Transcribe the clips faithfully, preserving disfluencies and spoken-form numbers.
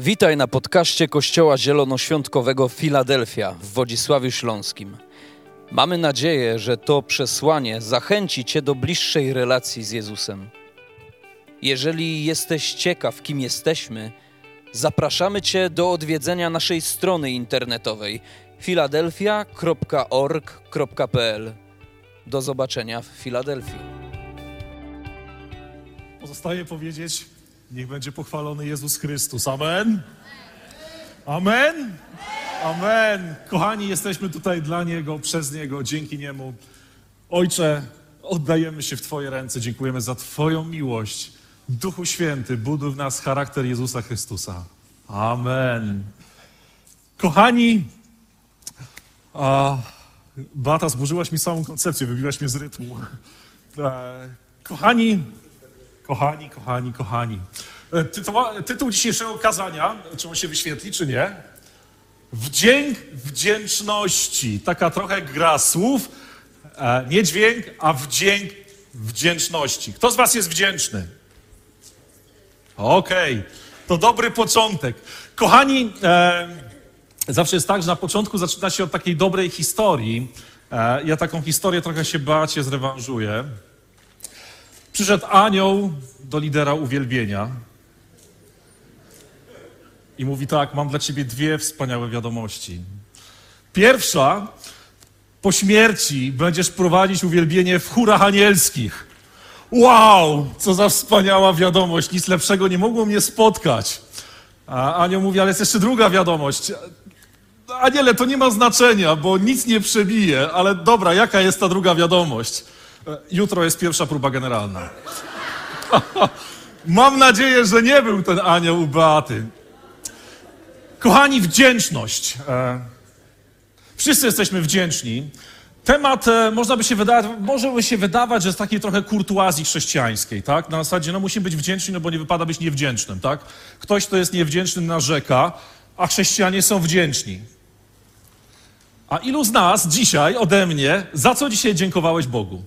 Witaj na podcaście Kościoła Zielonoświątkowego Filadelfia w Wodzisławiu Śląskim. Mamy nadzieję, że to przesłanie zachęci Cię do bliższej relacji z Jezusem. Jeżeli jesteś ciekaw, kim jesteśmy, zapraszamy Cię do odwiedzenia naszej strony internetowej filadelfia kropka org kropka p l. Do zobaczenia w Filadelfii. Pozostaje powiedzieć, niech będzie pochwalony Jezus Chrystus. Amen? Amen? Amen. Kochani, jesteśmy tutaj dla Niego, przez Niego, dzięki Niemu. Ojcze, oddajemy się w Twoje ręce, dziękujemy za Twoją miłość. Duchu Święty, buduj w nas charakter Jezusa Chrystusa. Amen. Kochani, a, Beata, zburzyłaś mi całą koncepcję, wybiłaś mnie z rytmu. E, kochani, kochani, kochani, kochani. E, tytuł, tytuł dzisiejszego kazania, czy on się wyświetli, czy nie? Wdzięk wdzięczności. Taka trochę gra słów. E, nie dźwięk, a wdzięk wdzięczności. Kto z was jest wdzięczny? Okej, okay. To dobry początek. Kochani, e, zawsze jest tak, że na początku zaczyna się od takiej dobrej historii. E, ja taką historię trochę się Beacie zrewanżuję. Przyszedł anioł do lidera uwielbienia i mówi tak, mam dla ciebie dwie wspaniałe wiadomości. Pierwsza, po śmierci będziesz prowadzić uwielbienie w chórach anielskich. Wow, co za wspaniała wiadomość, nic lepszego nie mogło mnie spotkać. A anioł mówi, ale jest jeszcze druga wiadomość. Aniele, to nie ma znaczenia, bo nic nie przebije, ale dobra, jaka jest ta druga wiadomość? Jutro jest pierwsza próba generalna. Mam nadzieję, że nie był ten anioł u Beaty. Kochani, wdzięczność. Wszyscy jesteśmy wdzięczni. Temat, można by się wydawać, może by się wydawać, że jest takiej trochę kurtuazji chrześcijańskiej, tak? Na zasadzie, no musimy być wdzięczni, no bo nie wypada być niewdzięcznym, tak? Ktoś, kto jest niewdzięczny, narzeka, a chrześcijanie są wdzięczni. A ilu z nas dzisiaj, ode mnie, za co dzisiaj dziękowałeś Bogu?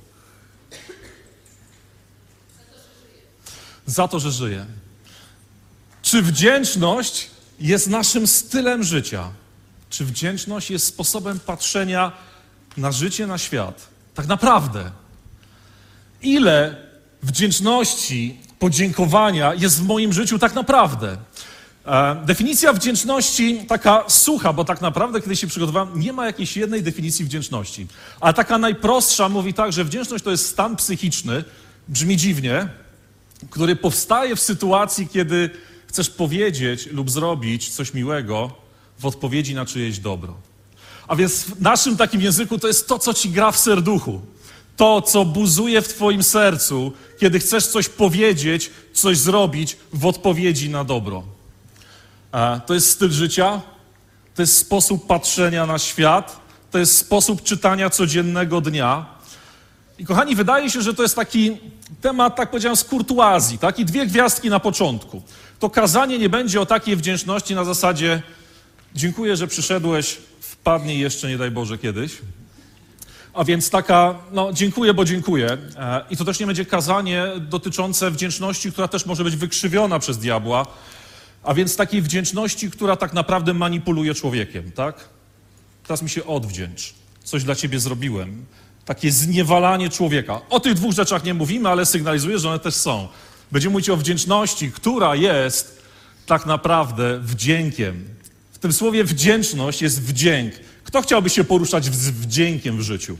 Za to, że żyję. Czy wdzięczność jest naszym stylem życia? Czy wdzięczność jest sposobem patrzenia na życie, na świat? Tak naprawdę. Ile wdzięczności, podziękowania jest w moim życiu tak naprawdę? E, definicja wdzięczności taka sucha, bo tak naprawdę, kiedy się przygotowałem, nie ma jakiejś jednej definicji wdzięczności. Ale taka najprostsza mówi tak, że wdzięczność to jest stan psychiczny, brzmi dziwnie, który powstaje w sytuacji, kiedy chcesz powiedzieć lub zrobić coś miłego w odpowiedzi na czyjeś dobro. A więc w naszym takim języku to jest to, co ci gra w serduchu. To, co buzuje w twoim sercu, kiedy chcesz coś powiedzieć, coś zrobić w odpowiedzi na dobro. To jest styl życia, to jest sposób patrzenia na świat, to jest sposób czytania codziennego dnia. I kochani, wydaje się, że to jest taki temat, tak powiedziałem, z kurtuazji, tak? I dwie gwiazdki na początku. To kazanie nie będzie o takiej wdzięczności na zasadzie dziękuję, że przyszedłeś, wpadnij jeszcze, nie daj Boże, kiedyś. A więc taka, no dziękuję, bo dziękuję. I to też nie będzie kazanie dotyczące wdzięczności, która też może być wykrzywiona przez diabła, a więc takiej wdzięczności, która tak naprawdę manipuluje człowiekiem, tak? Teraz mi się odwdzięcz, coś dla ciebie zrobiłem. Takie zniewalanie człowieka. O tych dwóch rzeczach nie mówimy, ale sygnalizuję, że one też są. Będziemy mówić o wdzięczności, która jest tak naprawdę wdziękiem. W tym słowie wdzięczność jest wdzięk. Kto chciałby się poruszać z wdziękiem w życiu?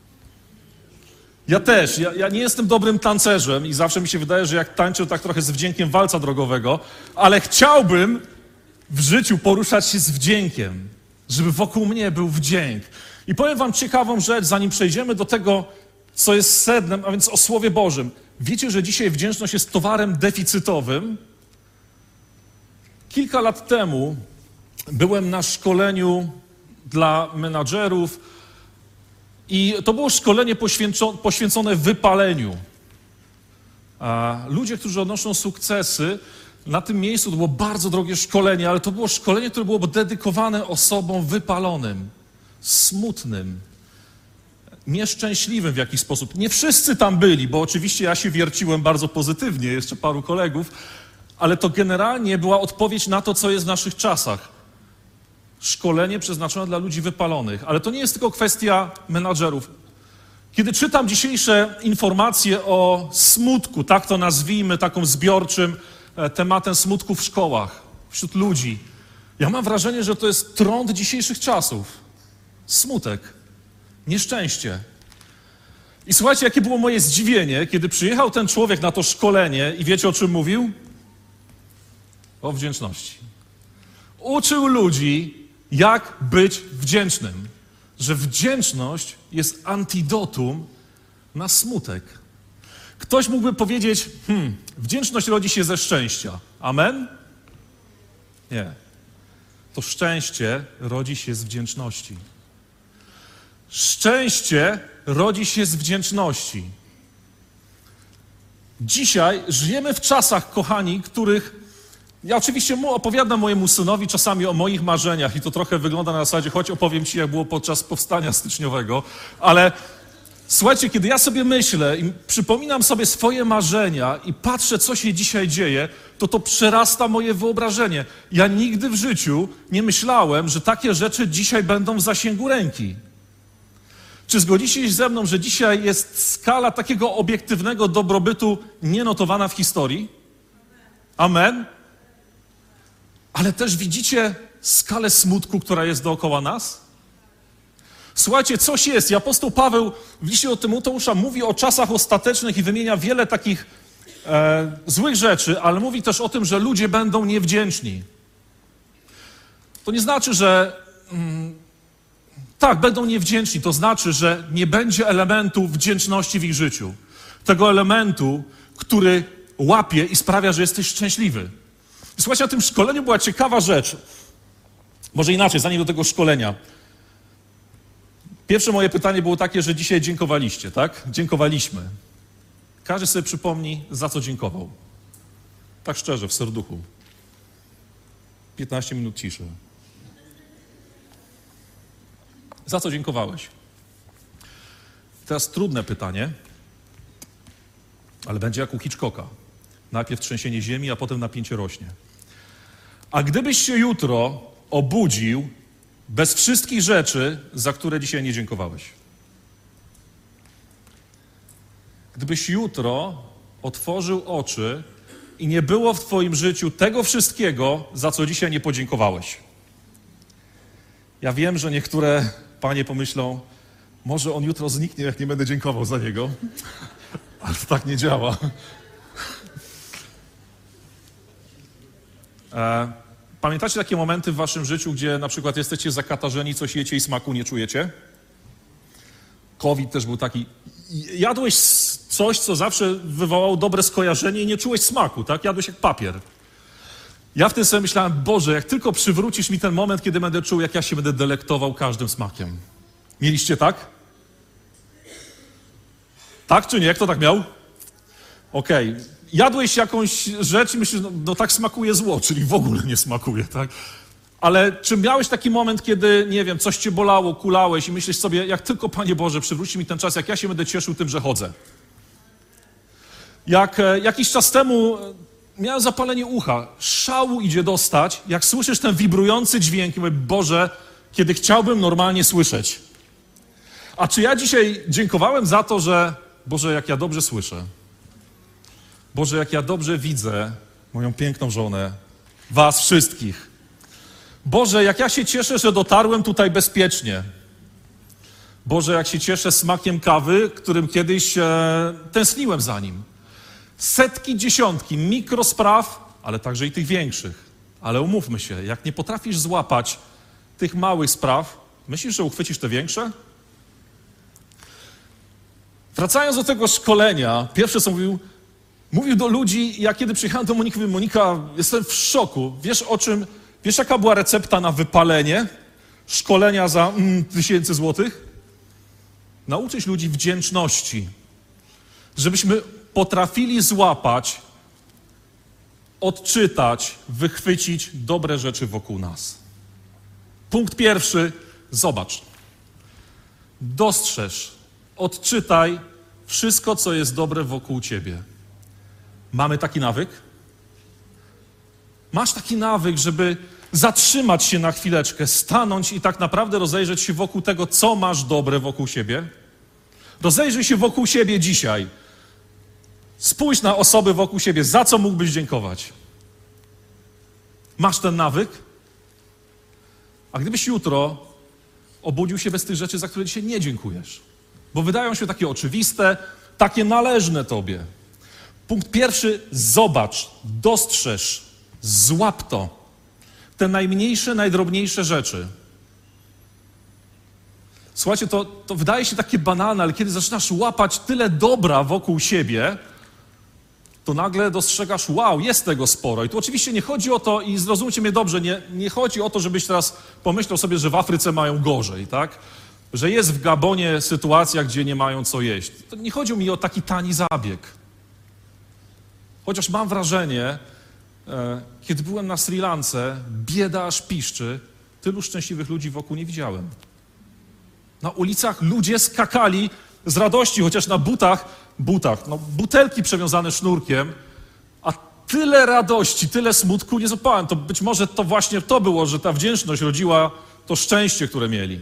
Ja też. Ja, ja nie jestem dobrym tancerzem i zawsze mi się wydaje, że jak tańczę, tak trochę z wdziękiem walca drogowego, ale chciałbym w życiu poruszać się z wdziękiem, żeby wokół mnie był wdzięk. I powiem wam ciekawą rzecz, zanim przejdziemy do tego, co jest sednem, a więc o Słowie Bożym. Wiecie, że dzisiaj wdzięczność jest towarem deficytowym? Kilka lat temu byłem na szkoleniu dla menadżerów i to było szkolenie poświęcone wypaleniu. A ludzie, którzy odnoszą sukcesy, na tym miejscu to było bardzo drogie szkolenie, ale to było szkolenie, które było dedykowane osobom wypalonym, smutnym, nieszczęśliwym w jakiś sposób. Nie wszyscy tam byli, bo oczywiście ja się wierciłem bardzo pozytywnie, jeszcze paru kolegów, ale to generalnie była odpowiedź na to, co jest w naszych czasach. Szkolenie przeznaczone dla ludzi wypalonych, ale to nie jest tylko kwestia menadżerów. Kiedy czytam dzisiejsze informacje o smutku, tak to nazwijmy, taką zbiorczym tematem smutku w szkołach, wśród ludzi, ja mam wrażenie, że to jest trąd dzisiejszych czasów. Smutek, nieszczęście. I słuchajcie, jakie było moje zdziwienie, kiedy przyjechał ten człowiek na to szkolenie i wiecie, o czym mówił? O wdzięczności. Uczył ludzi, jak być wdzięcznym. Że wdzięczność jest antidotum na smutek. Ktoś mógłby powiedzieć, hmm, wdzięczność rodzi się ze szczęścia. Amen? Nie. To szczęście rodzi się z wdzięczności. Szczęście rodzi się z wdzięczności. Dzisiaj żyjemy w czasach, kochani, których ja oczywiście mu opowiadam mojemu synowi czasami o moich marzeniach i to trochę wygląda na zasadzie, choć opowiem ci, jak było podczas powstania styczniowego, ale słuchajcie, kiedy ja sobie myślę i przypominam sobie swoje marzenia i patrzę, co się dzisiaj dzieje, to to przerasta moje wyobrażenie. Ja nigdy w życiu nie myślałem, że takie rzeczy dzisiaj będą w zasięgu ręki. Czy zgodzicie się ze mną, że dzisiaj jest skala takiego obiektywnego dobrobytu nienotowana w historii? Amen? Ale też widzicie skalę smutku, która jest dookoła nas? Słuchajcie, coś jest. I apostoł Paweł w liście do Tymoteusza mówi o czasach ostatecznych i wymienia wiele takich e, złych rzeczy, ale mówi też o tym, że ludzie będą niewdzięczni. To nie znaczy, że mm, tak, będą niewdzięczni. To znaczy, że nie będzie elementu wdzięczności w ich życiu. Tego elementu, który łapie i sprawia, że jesteś szczęśliwy. Słuchajcie, na tym szkoleniu była ciekawa rzecz. Może inaczej, zanim do tego szkolenia. Pierwsze moje pytanie było takie, że dzisiaj dziękowaliście, tak? Dziękowaliśmy. Każdy sobie przypomni, za co dziękował. Tak szczerze, w serduchu. piętnaście minut ciszy. Za co dziękowałeś? Teraz trudne pytanie, ale będzie jak u Hitchcocka. Najpierw trzęsienie ziemi, a potem napięcie rośnie. A gdybyś się jutro obudził bez wszystkich rzeczy, za które dzisiaj nie dziękowałeś? Gdybyś jutro otworzył oczy i nie było w twoim życiu tego wszystkiego, za co dzisiaj nie podziękowałeś. Ja wiem, że niektóre panie pomyślą, może on jutro zniknie, jak nie będę dziękował za niego. Ale to tak nie działa. E, pamiętacie takie momenty w waszym życiu, gdzie na przykład jesteście zakatarzeni, coś jecie i smaku nie czujecie? COVID też był taki. Jadłeś coś, co zawsze wywołało dobre skojarzenie i nie czułeś smaku, tak? Jadłeś jak papier. Ja w tym sobie myślałem, Boże, jak tylko przywrócisz mi ten moment, kiedy będę czuł, jak ja się będę delektował każdym smakiem. Mieliście tak? Tak czy nie? Kto tak miał? Okej. Okay. Jadłeś jakąś rzecz i myślisz, no, no tak smakuje zło, czyli w ogóle nie smakuje, tak? Ale czy miałeś taki moment, kiedy, nie wiem, coś cię bolało, kulałeś i myślisz sobie, jak tylko, Panie Boże, przywróci mi ten czas, jak ja się będę cieszył tym, że chodzę. Jak e, jakiś czas temu miałem zapalenie ucha, szału idzie dostać, jak słyszysz ten wibrujący dźwięk i mówię, Boże, kiedy chciałbym normalnie słyszeć. A czy ja dzisiaj dziękowałem za to, że, Boże, jak ja dobrze słyszę. Boże, jak ja dobrze widzę moją piękną żonę, was wszystkich. Boże, jak ja się cieszę, że dotarłem tutaj bezpiecznie. Boże, jak się cieszę smakiem kawy, którym kiedyś e, tęskniłem za nim. Setki, dziesiątki mikrospraw, ale także i tych większych. Ale umówmy się, jak nie potrafisz złapać tych małych spraw, myślisz, że uchwycisz te większe? Wracając do tego szkolenia, pierwsze co mówił, mówił do ludzi, ja kiedy przyjechałem do Moniki, mówię, Monika, jestem w szoku. Wiesz o czym, wiesz jaka była recepta na wypalenie szkolenia za mm, tysięcy złotych? Nauczyć ludzi wdzięczności. Żebyśmy potrafili złapać, odczytać, wychwycić dobre rzeczy wokół nas. Punkt pierwszy, zobacz. Dostrzeż, odczytaj wszystko, co jest dobre wokół ciebie. Mamy taki nawyk? Masz taki nawyk, żeby zatrzymać się na chwileczkę, stanąć i tak naprawdę rozejrzeć się wokół tego, co masz dobre wokół siebie? Rozejrzyj się wokół siebie dzisiaj. Spójrz na osoby wokół siebie, za co mógłbyś dziękować. Masz ten nawyk? A gdybyś jutro obudził się bez tych rzeczy, za które dzisiaj nie dziękujesz, bo wydają się takie oczywiste, takie należne tobie. Punkt pierwszy, zobacz, dostrzeż, złap to. Te najmniejsze, najdrobniejsze rzeczy. Słuchajcie, to, to wydaje się takie banalne, ale kiedy zaczynasz łapać tyle dobra wokół siebie, to nagle dostrzegasz, wow, jest tego sporo. I tu oczywiście nie chodzi o to, i zrozumcie mnie dobrze, nie, nie chodzi o to, żebyś teraz pomyślał sobie, że w Afryce mają gorzej, tak? Że jest w Gabonie sytuacja, gdzie nie mają co jeść. To nie chodzi mi o taki tani zabieg. Chociaż mam wrażenie, e, kiedy byłem na Sri Lance, bieda aż piszczy, tylu szczęśliwych ludzi wokół nie widziałem. Na ulicach ludzie skakali z radości, chociaż na butach, butach, no butelki przewiązane sznurkiem, a tyle radości, tyle smutku nie złapałem. To być może to właśnie to było, że ta wdzięczność rodziła to szczęście, które mieli.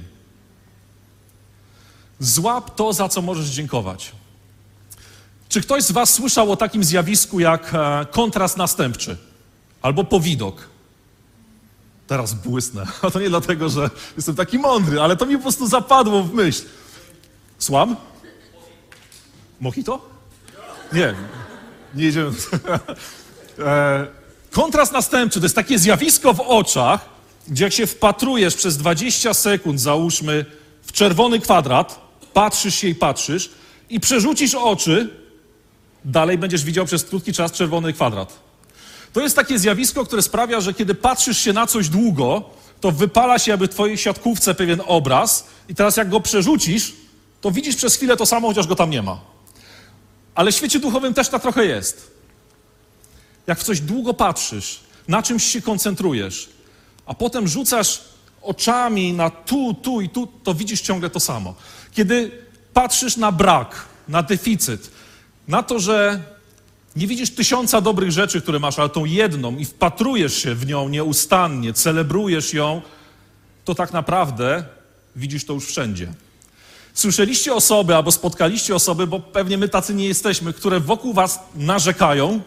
Złap to, za co możesz dziękować. Czy ktoś z was słyszał o takim zjawisku jak e, kontrast następczy albo powidok? Teraz błysnę. A to nie dlatego, że jestem taki mądry, ale to mi po prostu zapadło w myśl. Słucham? Mojito? Nie, nie jedziemy. e, kontrast następczy to jest takie zjawisko w oczach, gdzie jak się wpatrujesz przez dwadzieścia sekund, załóżmy, w czerwony kwadrat, patrzysz się i patrzysz i przerzucisz oczy, dalej będziesz widział przez krótki czas czerwony kwadrat. To jest takie zjawisko, które sprawia, że kiedy patrzysz się na coś długo, to wypala się jakby w twojej siatkówce pewien obraz i teraz jak go przerzucisz, to widzisz przez chwilę to samo, chociaż go tam nie ma. Ale w świecie duchowym też tak trochę jest. Jak w coś długo patrzysz, na czymś się koncentrujesz, a potem rzucasz oczami na tu, tu i tu, to widzisz ciągle to samo. Kiedy patrzysz na brak, na deficyt, na to, że nie widzisz tysiąca dobrych rzeczy, które masz, ale tą jedną i wpatrujesz się w nią nieustannie, celebrujesz ją, to tak naprawdę widzisz to już wszędzie. Słyszeliście osoby albo spotkaliście osoby, bo pewnie my tacy nie jesteśmy, które wokół was narzekają.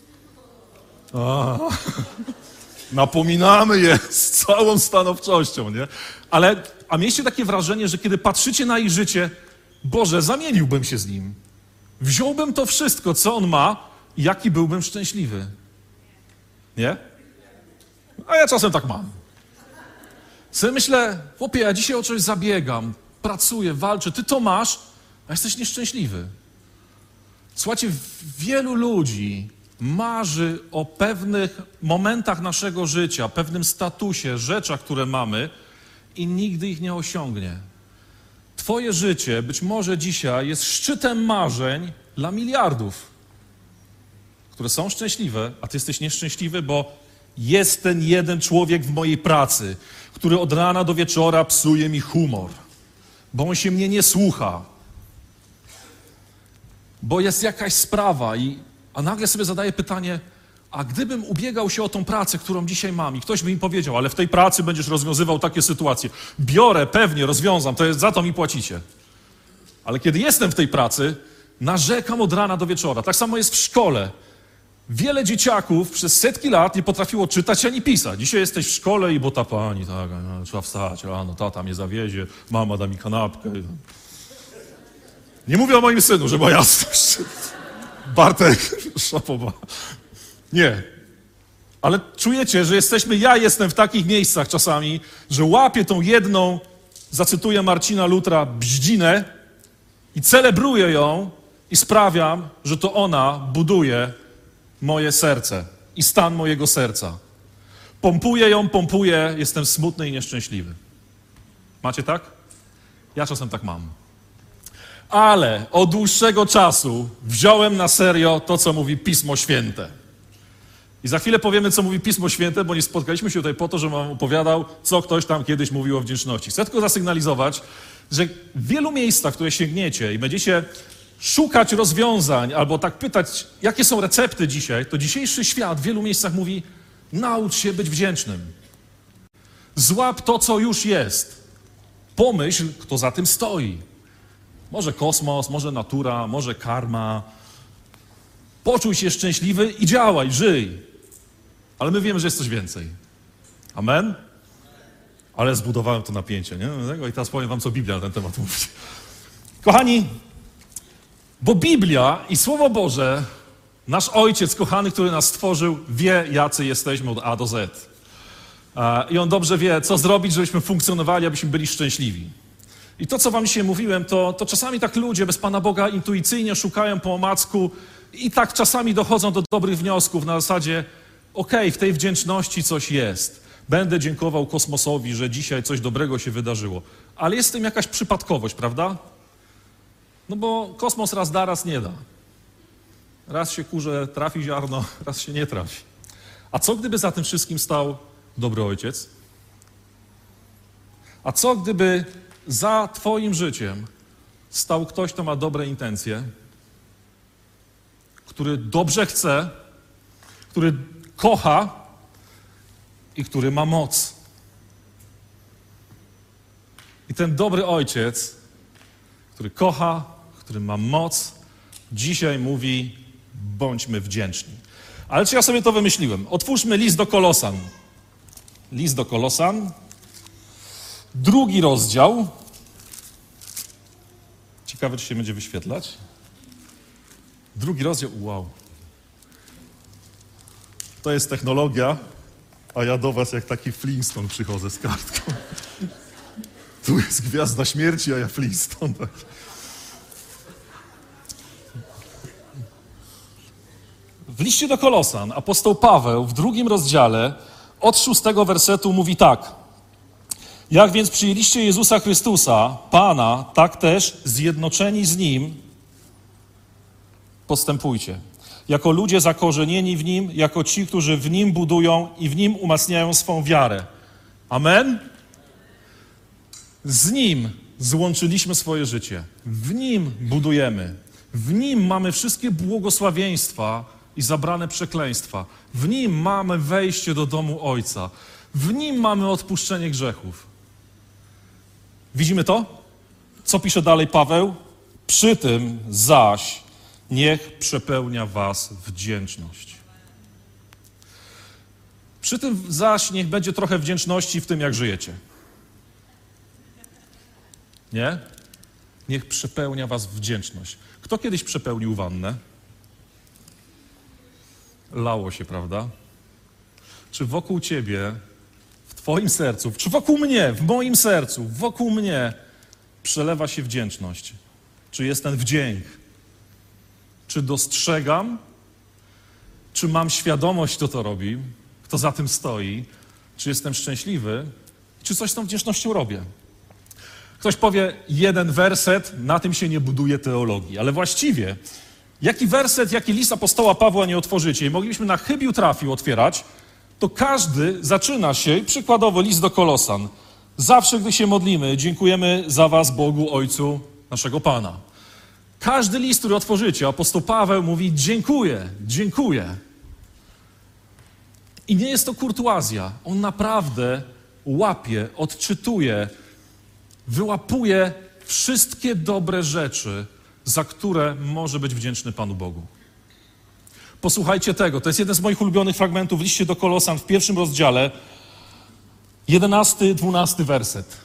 A, napominamy je z całą stanowczością, nie? Ale, a mieliście takie wrażenie, że kiedy patrzycie na ich życie, Boże, zamieniłbym się z nim. Wziąłbym to wszystko, co on ma, i jaki byłbym szczęśliwy. Nie? A ja czasem tak mam. Sobie myślę, chłopie, ja dzisiaj o coś zabiegam, pracuję, walczę, ty to masz, a jesteś nieszczęśliwy. Słuchajcie, wielu ludzi marzy o pewnych momentach naszego życia, pewnym statusie, rzeczach, które mamy i nigdy ich nie osiągnie. Twoje życie być może dzisiaj jest szczytem marzeń dla miliardów, które są szczęśliwe, a ty jesteś nieszczęśliwy, bo jest ten jeden człowiek w mojej pracy, który od rana do wieczora psuje mi humor, bo on się mnie nie słucha, bo jest jakaś sprawa, i, a nagle sobie zadaję pytanie, a gdybym ubiegał się o tą pracę, którą dzisiaj mam i ktoś by mi powiedział, ale w tej pracy będziesz rozwiązywał takie sytuacje. Biorę, pewnie, rozwiązam, to jest, za to mi płacicie. Ale kiedy jestem w tej pracy, narzekam od rana do wieczora. Tak samo jest w szkole. Wiele dzieciaków przez setki lat nie potrafiło czytać ani pisać. Dzisiaj jesteś w szkole i bo ta pani, tak, no, trzeba wstać, rano, tata mnie zawiezie, mama da mi kanapkę. Nie mówię o moim synu, żeby była jasność. Bartek, szapoba. Nie. Ale czujecie, że jesteśmy, ja jestem w takich miejscach czasami, że łapię tą jedną, zacytuję Marcina Lutra, bździnę i celebruję ją i sprawiam, że to ona buduje moje serce i stan mojego serca. Pompuję ją, pompuję, jestem smutny i nieszczęśliwy. Macie tak? Ja czasem tak mam. Ale od dłuższego czasu wziąłem na serio to, co mówi Pismo Święte. I za chwilę powiemy, co mówi Pismo Święte, bo nie spotkaliśmy się tutaj po to, żebym wam opowiadał, co ktoś tam kiedyś mówił o wdzięczności. Chcę tylko zasygnalizować, że w wielu miejscach, które sięgniecie i będziecie szukać rozwiązań albo tak pytać, jakie są recepty dzisiaj, to dzisiejszy świat w wielu miejscach mówi, Naucz się być wdzięcznym. Złap to, co już jest. Pomyśl, kto za tym stoi. Może kosmos, może natura, może karma. Poczuj się szczęśliwy i działaj, żyj. Ale my wiemy, że jest coś więcej. Amen? Ale zbudowałem to napięcie, nie? I teraz powiem wam, co Biblia na ten temat mówi. Kochani, bo Biblia i Słowo Boże, nasz Ojciec kochany, który nas stworzył, wie, jacy jesteśmy od A do Z. I On dobrze wie, co zrobić, żebyśmy funkcjonowali, abyśmy byli szczęśliwi. I to, co wam dzisiaj mówiłem, to, to czasami tak ludzie bez Pana Boga intuicyjnie szukają po omacku i tak czasami dochodzą do dobrych wniosków na zasadzie, okej, okay, w tej wdzięczności coś jest. Będę dziękował kosmosowi, że dzisiaj coś dobrego się wydarzyło. Ale jest w tym jakaś przypadkowość, prawda? No bo kosmos raz da, raz nie da. Raz się kurze trafi ziarno, raz się nie trafi. A co gdyby za tym wszystkim stał dobry Ojciec? A co gdyby za twoim życiem stał ktoś, kto ma dobre intencje, który dobrze chce, który kocha i który ma moc. I ten dobry Ojciec, który kocha, który ma moc, dzisiaj mówi, bądźmy wdzięczni. Ale czy ja sobie to wymyśliłem? Otwórzmy list do Kolosan. List do Kolosan, drugi rozdział. Ciekawe, czy się będzie wyświetlać. Drugi rozdział, wow. To jest technologia, a ja do was jak taki Flintstone przychodzę z kartką. Tu jest Gwiazda Śmierci, a ja Flintstone. Tak. W liście do Kolosan apostoł Paweł w drugim rozdziale od szóstego wersetu mówi tak. Jak więc przyjęliście Jezusa Chrystusa, Pana, tak też zjednoczeni z Nim postępujcie. Jako ludzie zakorzenieni w Nim, jako ci, którzy w Nim budują i w Nim umacniają swą wiarę. Amen? Z Nim złączyliśmy swoje życie. W Nim budujemy. W Nim mamy wszystkie błogosławieństwa i zabrane przekleństwa. W Nim mamy wejście do domu Ojca. W Nim mamy odpuszczenie grzechów. Widzimy to? Co pisze dalej Paweł? Przy tym zaś niech przepełnia was wdzięczność. Przy tym zaś niech będzie trochę wdzięczności w tym, jak żyjecie. Nie? Niech przepełnia was wdzięczność. Kto kiedyś przepełnił wannę? Lało się, prawda? Czy wokół ciebie, w twoim sercu, czy wokół mnie, w moim sercu, wokół mnie przelewa się wdzięczność? Czy jest ten wdzięk? Czy dostrzegam? Czy mam świadomość, kto to robi? Kto za tym stoi? Czy jestem szczęśliwy? Czy coś z tą wdzięcznością robię? Ktoś powie, jeden werset, na tym się nie buduje teologii. Ale właściwie, jaki werset, jaki list apostoła Pawła nie otworzycie i moglibyśmy na chybił trafił otwierać, to każdy zaczyna się, przykładowo list do Kolosan. Zawsze, gdy się modlimy, dziękujemy za was Bogu, Ojcu naszego Pana. Każdy list, który otworzycie, apostoł Paweł mówi dziękuję, dziękuję. I nie jest to kurtuazja. On naprawdę łapie, odczytuje, wyłapuje wszystkie dobre rzeczy, za które może być wdzięczny Panu Bogu. Posłuchajcie tego, to jest jeden z moich ulubionych fragmentów w liście do Kolosan w pierwszym rozdziale, jedenasty, dwunasty werset.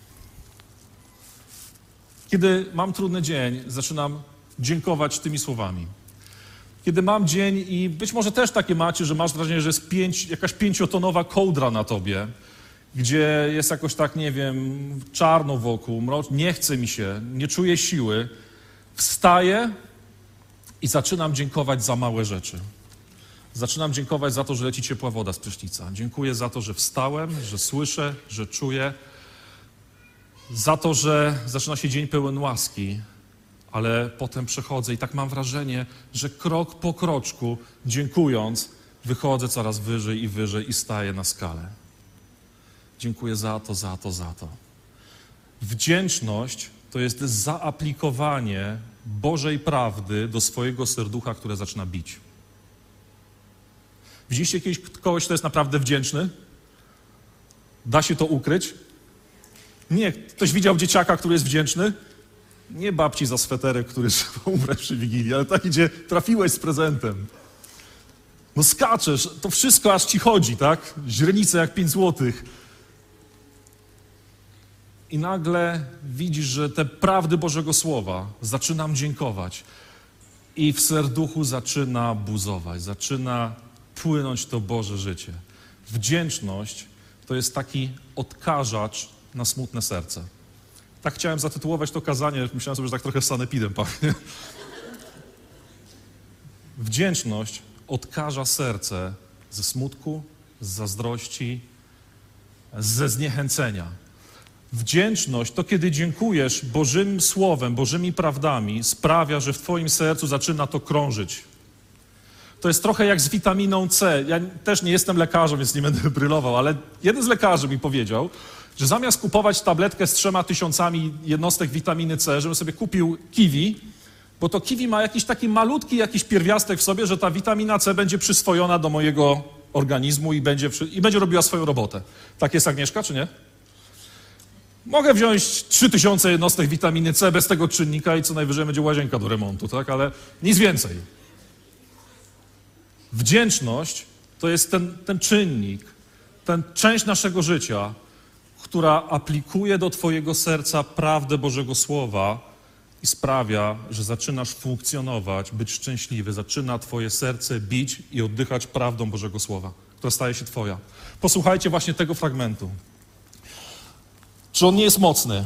Kiedy mam trudny dzień, zaczynam dziękować tymi słowami. Kiedy mam dzień i być może też takie macie, że masz wrażenie, że jest pięć, jakaś pięciotonowa kołdra na tobie, gdzie jest jakoś tak, nie wiem, czarno wokół, mrocz, nie chce mi się, nie czuję siły, wstaję i zaczynam dziękować za małe rzeczy. Zaczynam dziękować za to, że leci ciepła woda z prysznica. Dziękuję za to, że wstałem, że słyszę, że czuję. Za to, że zaczyna się dzień pełen łaski, ale potem przechodzę i tak mam wrażenie, że krok po kroczku, dziękując, wychodzę coraz wyżej i wyżej i staję na skalę. Dziękuję za to, za to, za to. Wdzięczność to jest zaaplikowanie Bożej prawdy do swojego serducha, które zaczyna bić. Widzieliście kiedyś kogoś, kto jest naprawdę wdzięczny? Da się to ukryć? Nie. Ktoś widział dzieciaka, który jest wdzięczny? Nie babci za sweterek, który trzeba ubrać przy Wigilii, ale tak idzie, trafiłeś z prezentem. No skaczesz, to wszystko aż ci chodzi, tak? Źrenice jak pięć złotych. I nagle widzisz, że te prawdy Bożego Słowa zaczynam dziękować. I w serduchu zaczyna buzować, zaczyna płynąć to Boże życie. Wdzięczność to jest taki odkażacz na smutne serce. Tak chciałem zatytułować to kazanie, myślałem sobie, że tak trochę sanepidem pachnie. Wdzięczność odkaża serce ze smutku, z zazdrości, ze zniechęcenia. Wdzięczność to, kiedy dziękujesz Bożym Słowem, Bożymi prawdami, sprawia, że w twoim sercu zaczyna to krążyć. To jest trochę jak z witaminą C. Ja też nie jestem lekarzem, więc nie będę brylował, ale jeden z lekarzy mi powiedział, że zamiast kupować tabletkę z trzema tysiącami jednostek witaminy C, żebym sobie kupił kiwi, bo to kiwi ma jakiś taki malutki jakiś pierwiastek w sobie, że ta witamina C będzie przyswojona do mojego organizmu i będzie, i będzie robiła swoją robotę. Tak jest, Agnieszka, czy nie? Mogę wziąć trzy tysiące jednostek witaminy C bez tego czynnika i co najwyżej będzie łazienka do remontu, tak? Ale nic więcej. Wdzięczność to jest ten, ten czynnik, ten część naszego życia, która aplikuje do twojego serca prawdę Bożego Słowa i sprawia, że zaczynasz funkcjonować, być szczęśliwy, zaczyna twoje serce bić i oddychać prawdą Bożego Słowa, która staje się twoja. Posłuchajcie właśnie tego fragmentu. Czy on nie jest mocny?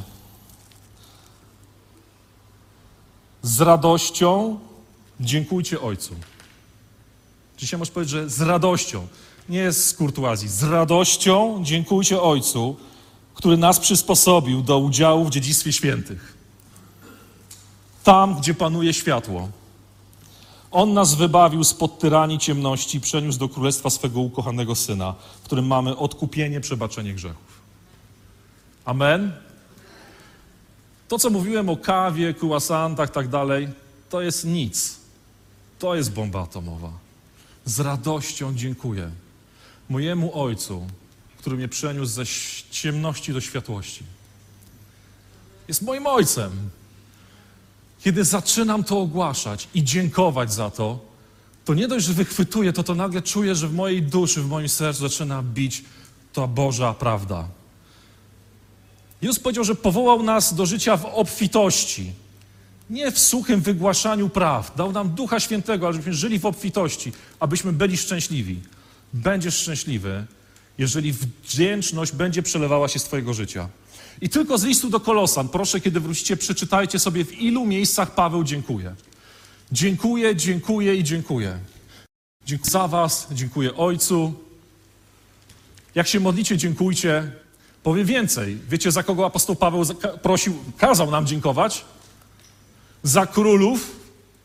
Z radością dziękujcie Ojcu. Dzisiaj możesz powiedzieć, że z radością, nie jest z kurtuazji, z radością dziękujcie Ojcu, który nas przysposobił do udziału w dziedzictwie świętych. Tam, gdzie panuje światło. On nas wybawił spod tyranii ciemności i przeniósł do królestwa swego ukochanego Syna, w którym mamy odkupienie, przebaczenie grzechów. Amen? To, co mówiłem o kawie, croissantach, tak dalej, to jest nic. To jest bomba atomowa. Z radością dziękuję mojemu Ojcu, który mnie przeniósł ze ciemności do światłości. Jest moim Ojcem. Kiedy zaczynam to ogłaszać i dziękować za to, to nie dość, że wychwytuję to, to nagle czuję, że w mojej duszy, w moim sercu zaczyna bić ta Boża prawda. Jezus powiedział, że powołał nas do życia w obfitości. Nie w suchym wygłaszaniu praw. Dał nam Ducha Świętego, ale żebyśmy żyli w obfitości, abyśmy byli szczęśliwi. Będziesz szczęśliwy, jeżeli wdzięczność będzie przelewała się z twojego życia. I tylko z listu do Kolosan, proszę, kiedy wrócicie, przeczytajcie sobie, w ilu miejscach Paweł dziękuje. Dziękuję, dziękuję i dziękuję. Dziękuję za was, dziękuję Ojcu. Jak się modlicie, dziękujcie. Powiem więcej. Wiecie, za kogo apostoł Paweł prosił, kazał nam dziękować? Za królów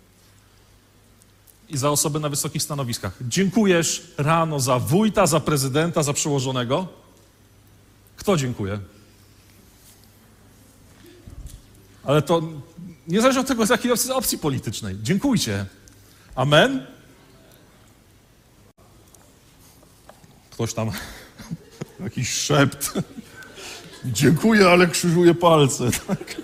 i za osoby na wysokich stanowiskach. Dziękujesz rano za wójta, za prezydenta, za przełożonego? Kto dziękuje? Ale to nie zależy od tego, z jakiej opcji politycznej. Dziękujcie. Amen? Ktoś tam, jakiś szept. Dziękuję, ale krzyżuję palce. Tak?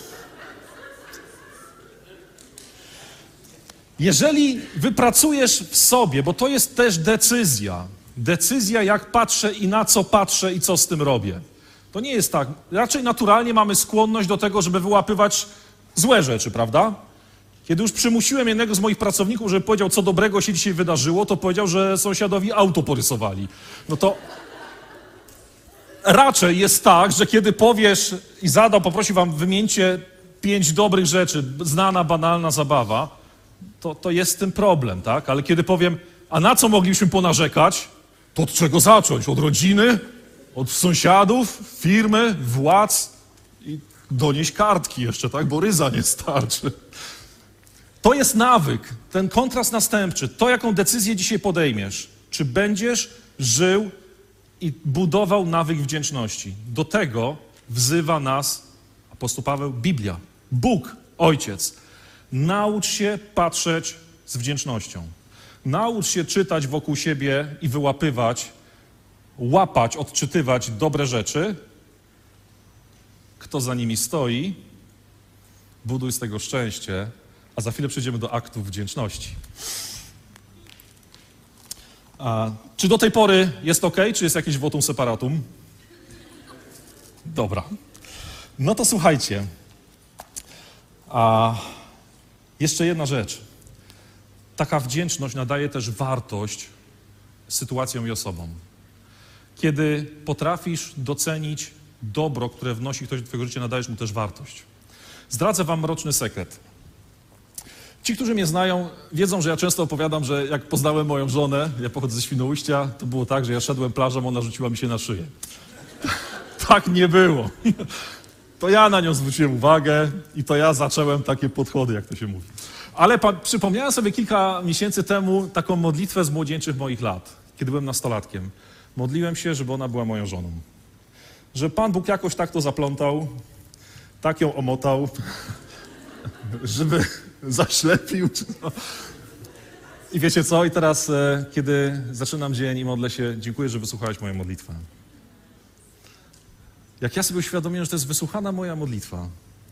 Jeżeli wypracujesz w sobie, bo to jest też decyzja, decyzja jak patrzę i na co patrzę i co z tym robię. To nie jest tak. Raczej naturalnie mamy skłonność do tego, żeby wyłapywać złe rzeczy, prawda? Kiedy już przymusiłem jednego z moich pracowników, żeby powiedział, co dobrego się dzisiaj wydarzyło, to powiedział, że sąsiadowi auto porysowali. No to raczej jest tak, że kiedy powiesz i zadał, poprosi wam, wymieńcie pięć dobrych rzeczy, znana, banalna zabawa, to, to jest z tym problem, tak? Ale kiedy powiem, a na co moglibyśmy ponarzekać, to od czego zacząć? Od rodziny? Od sąsiadów? Firmy? Władz? I donieść kartki jeszcze, tak? Bo ryza nie starczy. To jest nawyk, ten kontrast następczy, to jaką decyzję dzisiaj podejmiesz. Czy będziesz żył i budował nawyk wdzięczności. Do tego wzywa nas apostoł Paweł, Biblia, Bóg, Ojciec. Naucz się patrzeć z wdzięcznością. Naucz się czytać wokół siebie i wyłapywać, łapać, odczytywać dobre rzeczy. Kto za nimi stoi, buduj z tego szczęście, a za chwilę przejdziemy do aktów wdzięczności. A, czy do tej pory jest ok? Czy jest jakieś votum separatum? Dobra. No to słuchajcie. A, jeszcze jedna rzecz. Taka wdzięczność nadaje też wartość sytuacjom i osobom. Kiedy potrafisz docenić dobro, które wnosi ktoś do twojego życia, nadajesz mu też wartość. Zdradzę wam mroczny sekret. Ci, którzy mnie znają, wiedzą, że ja często opowiadam, że jak poznałem moją żonę, ja pochodzę ze Świnoujścia, to było tak, że ja szedłem plażą, ona rzuciła mi się na szyję. Tak nie było. To ja na nią zwróciłem uwagę i to ja zacząłem takie podchody, jak to się mówi. Ale pa- przypomniałem sobie kilka miesięcy temu taką modlitwę z młodzieńczych moich lat, kiedy byłem nastolatkiem. Modliłem się, żeby ona była moją żoną. Że Pan Bóg jakoś tak to zaplątał, tak ją omotał, żeby zaślepił. I wiecie co? I teraz, e, kiedy zaczynam dzień i modlę się, dziękuję, że wysłuchałeś moją modlitwę. Jak ja sobie uświadomiłem, że to jest wysłuchana moja modlitwa.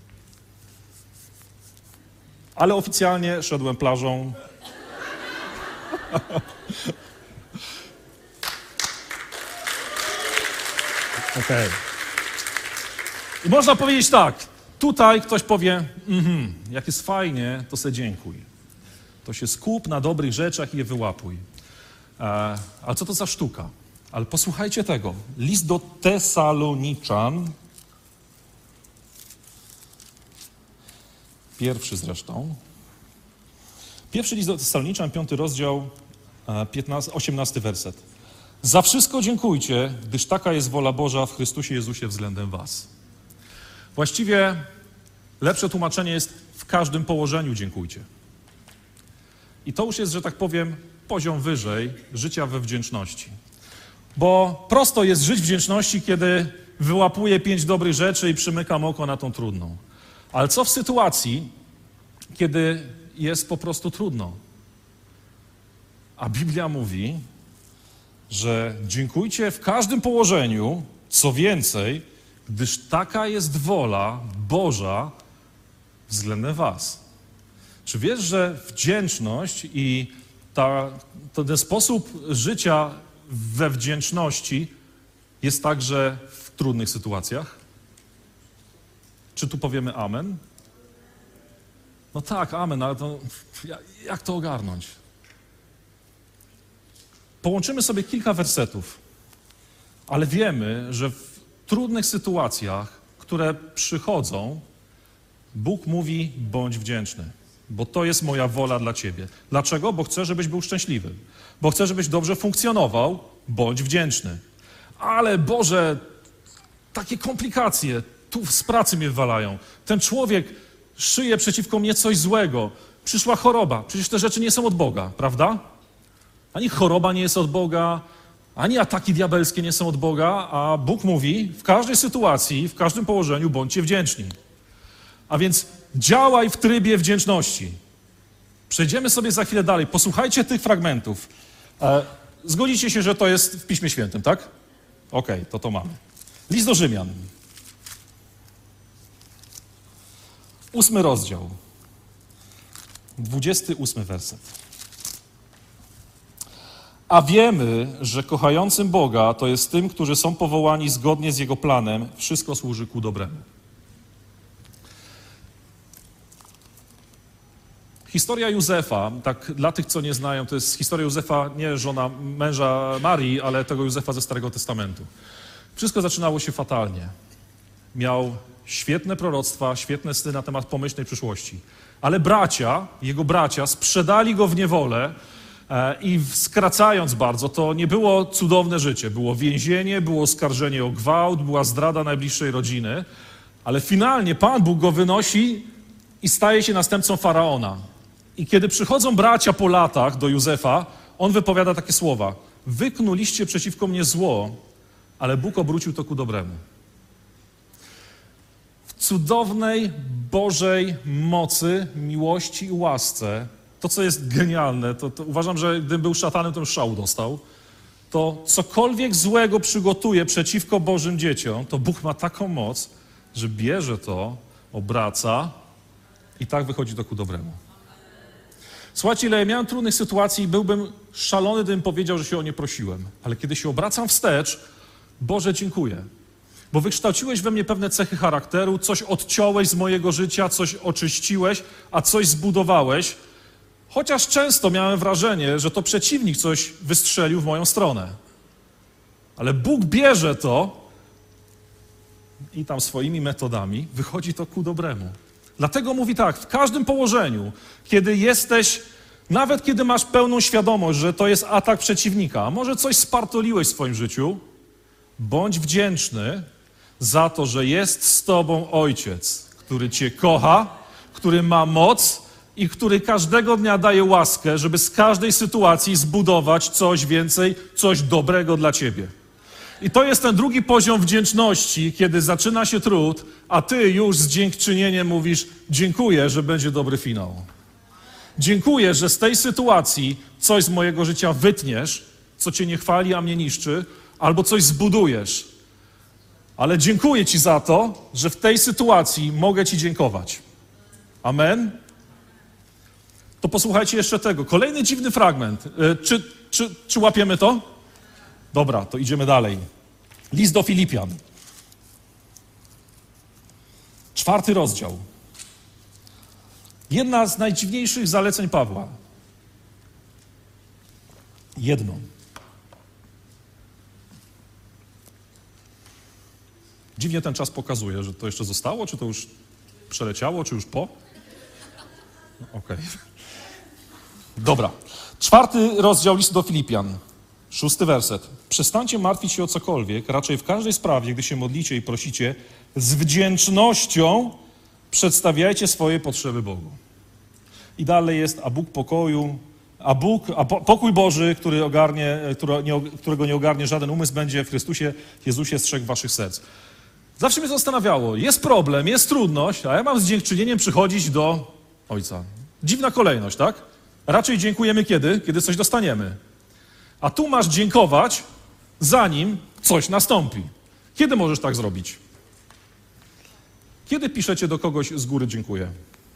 Ale oficjalnie szedłem plażą. Okej. Okay. I można powiedzieć tak, tutaj ktoś powie, mhm, jak jest fajnie, to se dziękuj. To się skup na dobrych rzeczach i je wyłapuj. E, ale co to za sztuka? Ale posłuchajcie tego. List do Tesaloniczan, pierwszy zresztą. Pierwszy list do Tesaloniczan, piąty rozdział, piętnasty, osiemnasty werset. Za wszystko dziękujcie, gdyż taka jest wola Boża w Chrystusie Jezusie względem was. Właściwie lepsze tłumaczenie jest w każdym położeniu dziękujcie. I to już jest, że tak powiem, poziom wyżej życia we wdzięczności. Bo prosto jest żyć w wdzięczności, kiedy wyłapuję pięć dobrych rzeczy i przymykam oko na tą trudną. Ale co w sytuacji, kiedy jest po prostu trudno? A Biblia mówi, że dziękujcie w każdym położeniu, co więcej, gdyż taka jest wola Boża względem was. Czy wiesz, że wdzięczność i ta, to ten sposób życia we wdzięczności jest także w trudnych sytuacjach? Czy tu powiemy amen? No tak, amen, ale to jak to ogarnąć? Połączymy sobie kilka wersetów, ale wiemy, że w trudnych sytuacjach, które przychodzą, Bóg mówi, bądź wdzięczny, bo to jest moja wola dla ciebie. Dlaczego? Bo chcę, żebyś był szczęśliwy. Bo chcę, żebyś dobrze funkcjonował, bądź wdzięczny. Ale Boże, takie komplikacje, tu z pracy mnie wywalają. Ten człowiek szyje przeciwko mnie coś złego. Przyszła choroba. Przecież te rzeczy nie są od Boga, prawda? Ani choroba nie jest od Boga, ani ataki diabelskie nie są od Boga, a Bóg mówi, w każdej sytuacji, w każdym położeniu bądźcie wdzięczni. A więc działaj w trybie wdzięczności. Przejdziemy sobie za chwilę dalej. Posłuchajcie tych fragmentów. E, zgodzicie się, że to jest w Piśmie Świętym, tak? Okej, okay, to to mamy. List do Rzymian. Ósmy rozdział. Dwudziesty ósmy werset. A wiemy, że kochającym Boga to jest tym, którzy są powołani zgodnie z Jego planem, wszystko służy ku dobremu. Historia Józefa, tak dla tych, co nie znają, to jest historia Józefa, nie żona męża Marii, ale tego Józefa ze Starego Testamentu. Wszystko zaczynało się fatalnie. Miał świetne proroctwa, świetne sny na temat pomyślnej przyszłości. Ale bracia, jego bracia, sprzedali go w niewolę e, i skracając bardzo, to nie było cudowne życie. Było więzienie, było oskarżenie o gwałt, była zdrada najbliższej rodziny, ale finalnie Pan Bóg go wynosi i staje się następcą Faraona. I kiedy przychodzą bracia po latach do Józefa, on wypowiada takie słowa. Wyknuliście przeciwko mnie zło, ale Bóg obrócił to ku dobremu. W cudownej Bożej mocy, miłości i łasce to co jest genialne, to, to uważam, że gdybym był szatanem, to już szału dostał, to cokolwiek złego przygotuje przeciwko Bożym dzieciom, to Bóg ma taką moc, że bierze to, obraca i tak wychodzi to ku dobremu. Słuchajcie, ile ja miałem trudnych sytuacji i byłbym szalony, gdybym powiedział, że się o nie prosiłem. Ale kiedy się obracam wstecz, Boże, dziękuję. Bo wykształciłeś we mnie pewne cechy charakteru, coś odciąłeś z mojego życia, coś oczyściłeś, a coś zbudowałeś. Chociaż często miałem wrażenie, że to przeciwnik coś wystrzelił w moją stronę. Ale Bóg bierze to i tam swoimi metodami wychodzi to ku dobremu. Dlatego mówi tak, w każdym położeniu, kiedy jesteś, nawet kiedy masz pełną świadomość, że to jest atak przeciwnika, a może coś spartoliłeś w swoim życiu, bądź wdzięczny za to, że jest z tobą Ojciec, który cię kocha, który ma moc i który każdego dnia daje łaskę, żeby z każdej sytuacji zbudować coś więcej, coś dobrego dla ciebie. I to jest ten drugi poziom wdzięczności, kiedy zaczyna się trud, a ty już z dziękczynieniem mówisz, dziękuję, że będzie dobry finał. Dziękuję, że z tej sytuacji coś z mojego życia wytniesz, co cię nie chwali, a mnie niszczy, albo coś zbudujesz. Ale dziękuję ci za to, że w tej sytuacji mogę ci dziękować. Amen? To posłuchajcie jeszcze tego. Kolejny dziwny fragment. Czy, czy, czy łapiemy to? Dobra, to idziemy dalej. List do Filipian. Czwarty rozdział. Jedna z najdziwniejszych zaleceń Pawła. Jedno. Dziwnie ten czas pokazuje, że to jeszcze zostało, czy to już przeleciało, czy już po? No, okej. Okay. Dobra. Czwarty rozdział listu do Filipian. Szósty werset. Przestańcie martwić się o cokolwiek, raczej w każdej sprawie, gdy się modlicie i prosicie, z wdzięcznością przedstawiajcie swoje potrzeby Bogu. I dalej jest, a Bóg pokoju, a Bóg, a pokój Boży, który ogarnie, który nie, którego nie ogarnie żaden umysł, będzie w Chrystusie Jezusie strzegł waszych serc. Zawsze mnie zastanawiało, jest problem, jest trudność, a ja mam z dziękczynieniem przychodzić do Ojca. Dziwna kolejność, tak? Raczej dziękujemy kiedy? Kiedy coś dostaniemy. A tu masz dziękować, zanim coś nastąpi. Kiedy możesz tak zrobić? Kiedy piszecie do kogoś z góry dziękuję?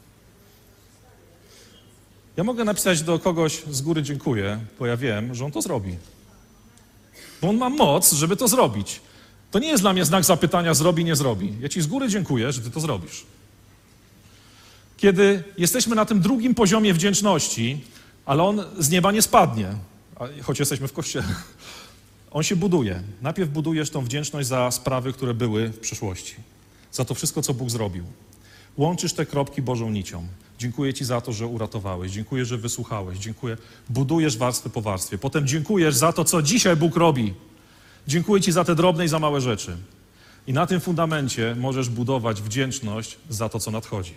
Ja mogę napisać do kogoś z góry dziękuję, bo ja wiem, że on to zrobi. Bo on ma moc, żeby to zrobić. To nie jest dla mnie znak zapytania, zrobi, nie zrobi. Ja ci z góry dziękuję, że ty to zrobisz. Kiedy jesteśmy na tym drugim poziomie wdzięczności, ale on z nieba nie spadnie, choć jesteśmy w kościele. On się buduje. Najpierw budujesz tą wdzięczność za sprawy, które były w przeszłości. Za to wszystko, co Bóg zrobił. Łączysz te kropki Bożą nicią. Dziękuję ci za to, że uratowałeś. Dziękuję, że wysłuchałeś. Dziękuję. Budujesz warstwę po warstwie. Potem dziękujesz za to, co dzisiaj Bóg robi. Dziękuję ci za te drobne i za małe rzeczy. I na tym fundamencie możesz budować wdzięczność za to, co nadchodzi.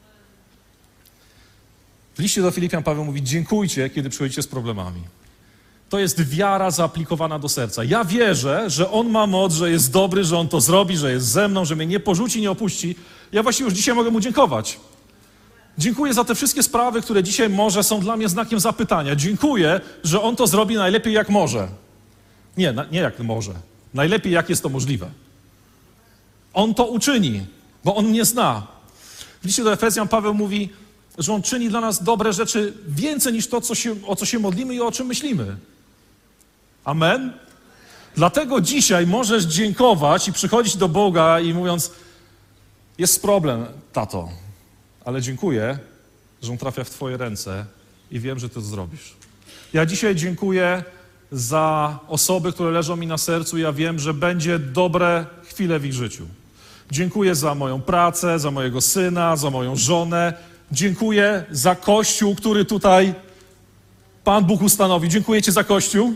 W liście do Filipian Paweł mówi, dziękujcie, kiedy przychodzicie z problemami. To jest wiara zaaplikowana do serca. Ja wierzę, że On ma moc, że jest dobry, że On to zrobi, że jest ze mną, że mnie nie porzuci, nie opuści. Ja właściwie już dzisiaj mogę Mu dziękować. Dziękuję za te wszystkie sprawy, które dzisiaj może są dla mnie znakiem zapytania. Dziękuję, że On to zrobi najlepiej jak może. Nie, nie jak może. Najlepiej jak jest to możliwe. On to uczyni, bo On mnie zna. W liście do Efezjan Paweł mówi, że On czyni dla nas dobre rzeczy więcej niż to, co się, o co się modlimy i o czym myślimy. Amen? Dlatego dzisiaj możesz dziękować i przychodzić do Boga i mówiąc, jest problem, tato, ale dziękuję, że On trafia w Twoje ręce i wiem, że Ty to zrobisz. Ja dzisiaj dziękuję za osoby, które leżą mi na sercu. Ja wiem, że będzie dobre chwile w ich życiu. Dziękuję za moją pracę, za mojego syna, za moją żonę. Dziękuję za Kościół, który tutaj Pan Bóg ustanowił. Dziękuję Ci za Kościół.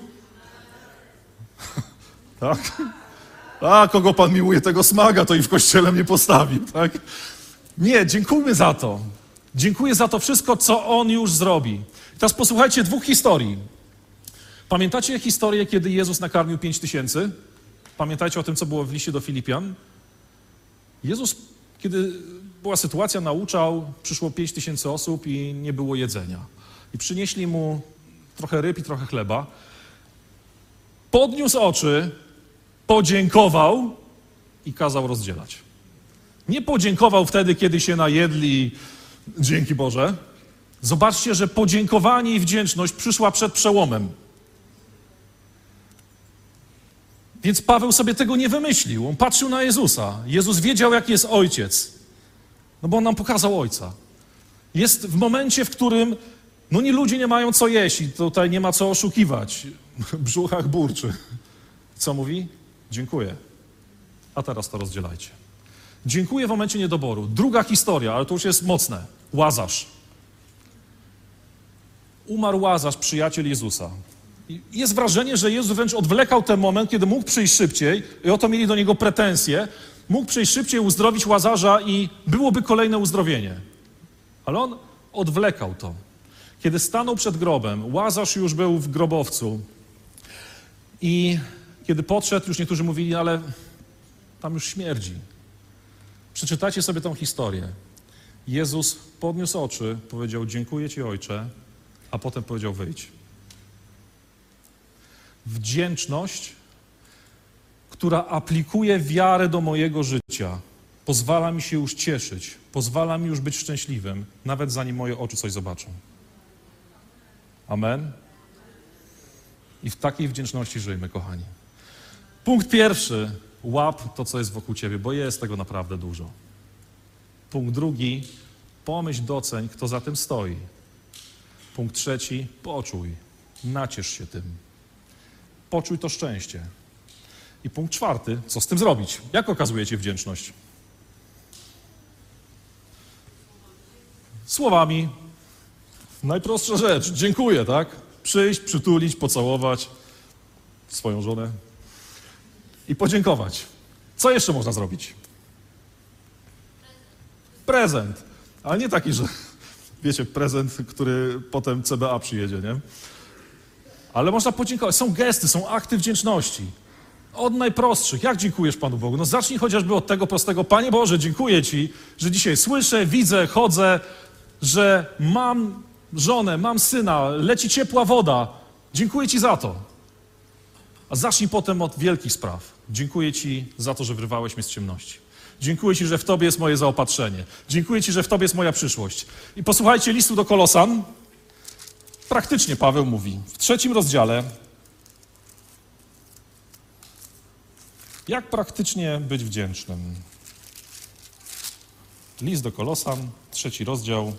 Tak? A, kogo Pan miłuje, tego smaga, to i w Kościele mnie postawił, tak? Nie, dziękujmy za to. Dziękuję za to wszystko, co On już zrobi. Teraz posłuchajcie dwóch historii. Pamiętacie historię, kiedy Jezus nakarmił pięć tysięcy? Pamiętajcie o tym, co było w liście do Filipian? Jezus, kiedy była sytuacja, nauczał, przyszło pięć tysięcy osób i nie było jedzenia. i przynieśli mu trochę ryb i trochę chleba. Podniósł oczy, podziękował i kazał rozdzielać. Nie podziękował wtedy, kiedy się najedli, dzięki Boże. Zobaczcie, że podziękowanie i wdzięczność przyszła przed przełomem. Więc Paweł sobie tego nie wymyślił. On patrzył na Jezusa. Jezus wiedział, jaki jest Ojciec. No bo On nam pokazał Ojca. Jest w momencie, w którym no nie ludzie nie mają co jeść i tutaj nie ma co oszukiwać. W brzuchach burczy. Co mówi? Dziękuję. A teraz to rozdzielajcie. Dziękuję w momencie niedoboru. Druga historia, ale to już jest mocne. Łazarz. Umarł Łazarz, przyjaciel Jezusa. I jest wrażenie, że Jezus wręcz odwlekał ten moment, kiedy mógł przyjść szybciej i oto mieli do Niego pretensje. Mógł przyjść szybciej, uzdrowić Łazarza i byłoby kolejne uzdrowienie. Ale On odwlekał to. Kiedy stanął przed grobem, Łazarz już był w grobowcu i kiedy podszedł, już niektórzy mówili, ale tam już śmierdzi. Przeczytajcie sobie tą historię. Jezus podniósł oczy, powiedział: dziękuję Ci, Ojcze, a potem powiedział: wyjdź. Wdzięczność, która aplikuje wiarę do mojego życia, pozwala mi się już cieszyć, pozwala mi już być szczęśliwym, nawet zanim moje oczy coś zobaczą. Amen? I w takiej wdzięczności żyjmy, kochani. Punkt pierwszy. Łap to, co jest wokół ciebie, bo jest tego naprawdę dużo. Punkt drugi. Pomyśl, doceń, kto za tym stoi. Punkt trzeci. Poczuj. Naciesz się tym. Poczuj to szczęście. I punkt czwarty. Co z tym zrobić? Jak okazujecie wdzięczność? Słowami. Najprostsza rzecz. Dziękuję, tak? Przyjść, przytulić, pocałować swoją żonę i podziękować. Co jeszcze można zrobić? Prezent. Ale nie taki, że wiecie, prezent, który potem C B A przyjedzie, nie? Ale można podziękować. Są gesty, są akty wdzięczności. Od najprostszych. Jak dziękujesz Panu Bogu? No zacznij chociażby od tego prostego. Panie Boże, dziękuję Ci, że dzisiaj słyszę, widzę, chodzę, że mam żonę, mam syna, leci ciepła woda. Dziękuję Ci za to. A zacznij potem od wielkich spraw. Dziękuję Ci za to, że wyrwałeś mnie z ciemności. Dziękuję Ci, że w Tobie jest moje zaopatrzenie. Dziękuję Ci, że w Tobie jest moja przyszłość. I posłuchajcie listu do Kolosan. Praktycznie Paweł mówi w trzecim rozdziale, jak praktycznie być wdzięcznym. List do Kolosan, trzeci rozdział,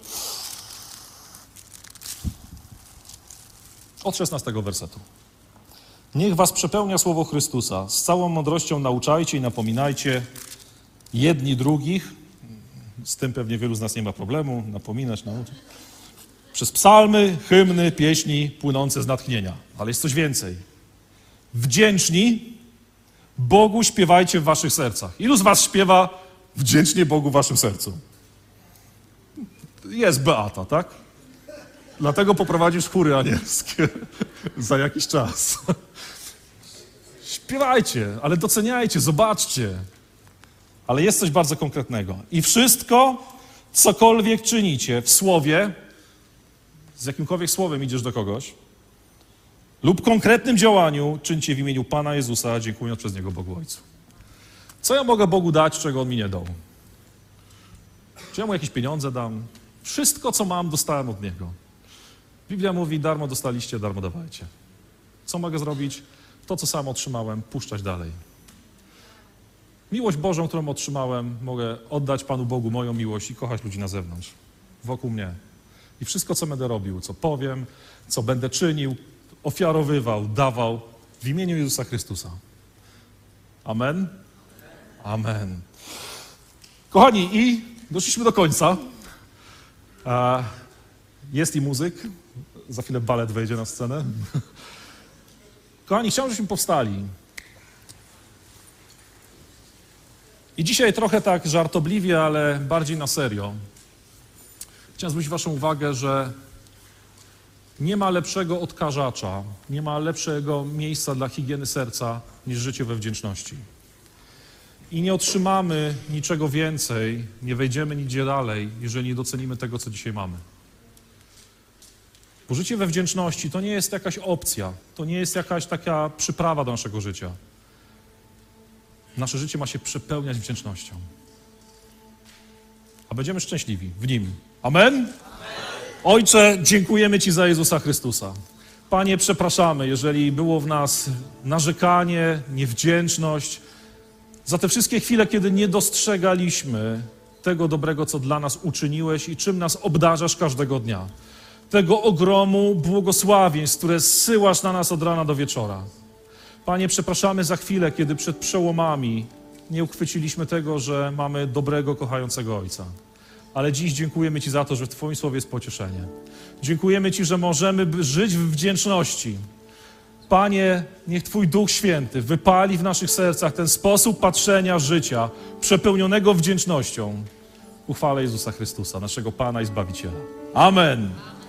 od szesnastego wersetu. Niech was przepełnia słowo Chrystusa. Z całą mądrością nauczajcie i napominajcie jedni drugich. Z tym pewnie wielu z nas nie ma problemu. Napominać, nauczyć. Przez psalmy, hymny, pieśni płynące z natchnienia. Ale jest coś więcej. Wdzięczni Bogu śpiewajcie w waszych sercach. Ilu z was śpiewa wdzięcznie Bogu w waszym sercu? Jest Beata, tak? Dlatego poprowadzisz chóry anielskie za jakiś czas. Śpiewajcie, ale doceniajcie, zobaczcie. Ale jest coś bardzo konkretnego. I wszystko, cokolwiek czynicie w słowie, z jakimkolwiek słowem idziesz do kogoś, lub konkretnym działaniu, czyńcie w imieniu Pana Jezusa, dziękując przez Niego Bogu Ojcu. Co ja mogę Bogu dać, czego On mi nie dał? Czy ja Mu jakieś pieniądze dam? Wszystko, co mam, dostałem od Niego. Biblia mówi, darmo dostaliście, darmo dawajcie. Co mogę zrobić? To, co sam otrzymałem, puszczać dalej. Miłość Bożą, którą otrzymałem, mogę oddać Panu Bogu moją miłość i kochać ludzi na zewnątrz, wokół mnie. I wszystko, co będę robił, co powiem, co będę czynił, ofiarowywał, dawał w imieniu Jezusa Chrystusa. Amen? Amen. Kochani, i doszliśmy do końca. Jest i muzyk. Za chwilę balet wejdzie na scenę. Kochani, chciałem, żebyśmy powstali. I dzisiaj trochę tak żartobliwie, ale bardziej na serio. Chciałem zwrócić waszą uwagę, że nie ma lepszego odkażacza, nie ma lepszego miejsca dla higieny serca niż życie we wdzięczności. I nie otrzymamy niczego więcej, nie wejdziemy nigdzie dalej, jeżeli nie docenimy tego, co dzisiaj mamy. Bo życie we wdzięczności to nie jest jakaś opcja, to nie jest jakaś taka przyprawa do naszego życia. Nasze życie ma się przepełniać wdzięcznością. A będziemy szczęśliwi w Nim. Amen? Amen. Ojcze, dziękujemy Ci za Jezusa Chrystusa. Panie, przepraszamy, jeżeli było w nas narzekanie, niewdzięczność, za te wszystkie chwile, kiedy nie dostrzegaliśmy tego dobrego, co dla nas uczyniłeś i czym nas obdarzasz każdego dnia. Tego ogromu błogosławieństw, które zsyłasz na nas od rana do wieczora. Panie, przepraszamy za chwilę, kiedy przed przełomami nie uchwyciliśmy tego, że mamy dobrego, kochającego Ojca. Ale dziś dziękujemy Ci za to, że w Twoim słowie jest pocieszenie. Dziękujemy Ci, że możemy żyć w wdzięczności. Panie, niech Twój Duch Święty wypali w naszych sercach ten sposób patrzenia życia przepełnionego wdzięcznością ku chwale Jezusa Chrystusa, naszego Pana i Zbawiciela. Amen.